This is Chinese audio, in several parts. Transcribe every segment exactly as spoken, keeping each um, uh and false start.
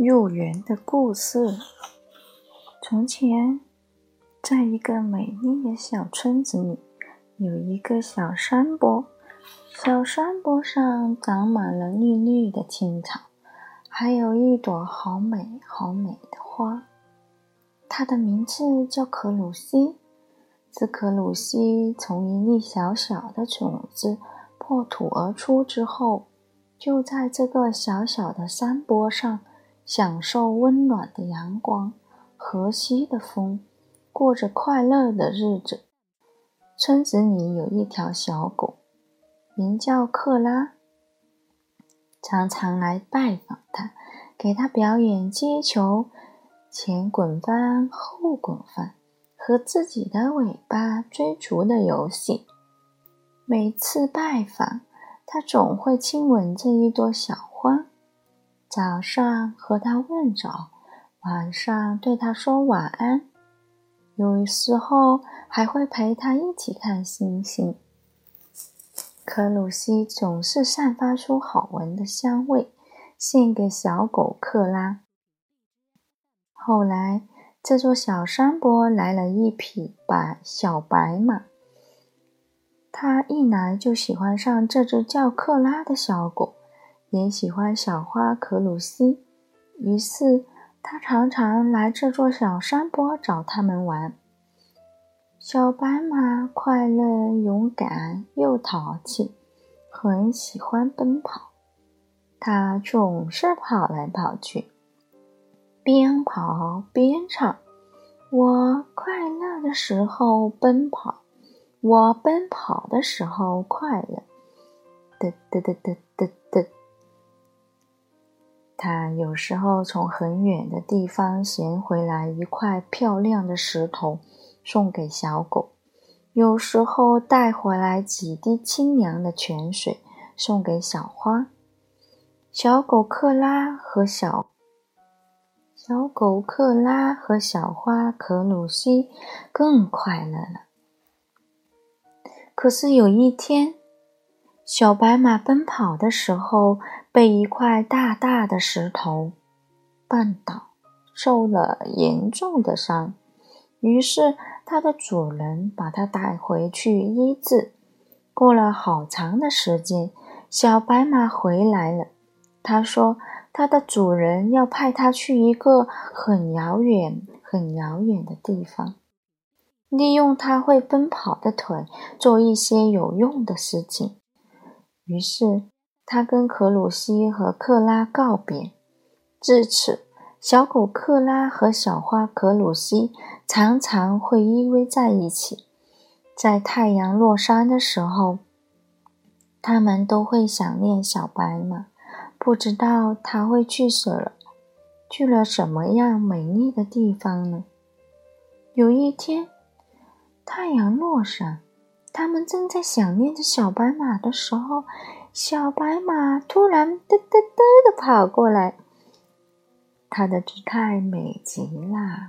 入园的故事。从前，在一个美丽的小村子里，有一个小山坡。小山坡上长满了绿绿的青草，还有一朵好美好美的花。它的名字叫可鲁西。自可鲁西从一粒小小的种子破土而出之后，就在这个小小的山坡上享受温暖的阳光、和煦的风，过着快乐的日子。村子里有一条小狗，名叫克拉，常常来拜访他，给他表演接球、前滚翻、后滚翻，和自己的尾巴追逐的游戏。每次拜访，他总会亲吻这一朵小花，早上和他问早，晚上对他说晚安，有时候还会陪他一起看星星。可鲁西总是散发出好闻的香味，献给小狗克拉。后来，这座小山坡来了一匹白小白马，他一来就喜欢上这只叫克拉的小狗，也喜欢小花可鲁西，于是他常常来这座小山坡找他们玩。小白马快乐、勇敢又淘气，很喜欢奔跑。它总是跑来跑去，边跑边唱：我快乐的时候奔跑，我奔跑的时候快乐。嘚嘚嘚嘚嘚嘚。他有时候从很远的地方衔回来一块漂亮的石头，送给小狗；有时候带回来几滴清凉的泉水，送给小花。小狗克拉和小小狗克拉和小花可鲁西更快乐了。可是有一天，小白马奔跑的时候被一块大大的石头绊倒，受了严重的伤。于是它的主人把它带回去医治。过了好长的时间，小白马回来了。他说他的主人要派他去一个很遥远很遥远的地方，利用他会奔跑的腿做一些有用的事情。于是他跟可鲁西和克拉告别。至此，小狗克拉和小花可鲁西常常会依偎在一起。在太阳落山的时候，他们都会想念小白马，不知道它会去死了，去了什么样美丽的地方呢？有一天，太阳落山，他们正在想念着小白马的时候，小白马突然嘚嘚嘚地跑过来，它的姿态美极了，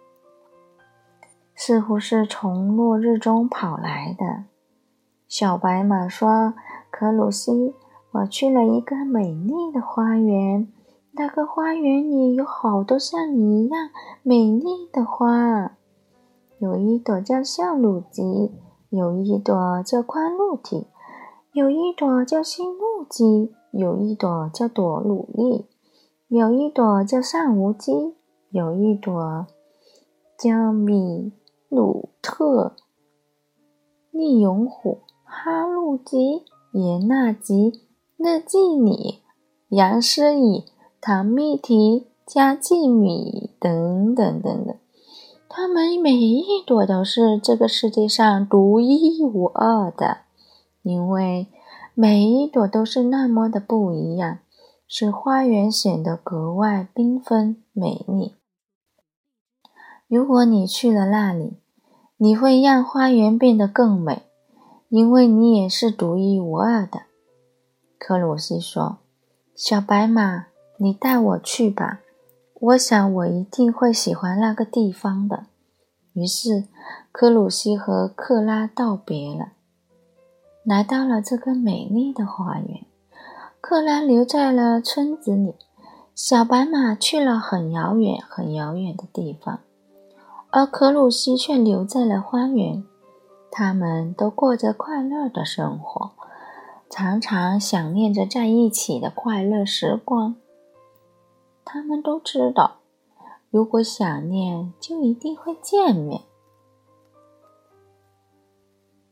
似乎是从落日中跑来的。小白马说：可鲁西，我去了一个美丽的花园，那个花园里有好多像你一样美丽的花，有一朵叫橡露吉，有一朵叫宽露体，有一朵叫新露吉，有一朵叫朵鲁丽，有一朵叫上无基，有一朵叫米鲁特利永虎、哈路吉、耶纳吉、勒季里、杨思乙、唐蜜提、加季米等等等等。它们每一朵都是这个世界上独一无二的，因为每一朵都是那么的不一样，使花园显得格外缤纷美丽。如果你去了那里，你会让花园变得更美，因为你也是独一无二的。可鲁西说：小白马，你带我去吧，我想我一定会喜欢那个地方的。于是可鲁西和克拉道别了，来到了这个美丽的花园。克拉留在了村子里， 小白马去了很遥远很遥远的地方，而可鲁西却留在了花园。他们都过着快乐的生活，常常想念着在一起的快乐时光。他们都知道，如果想念，就一定会见面。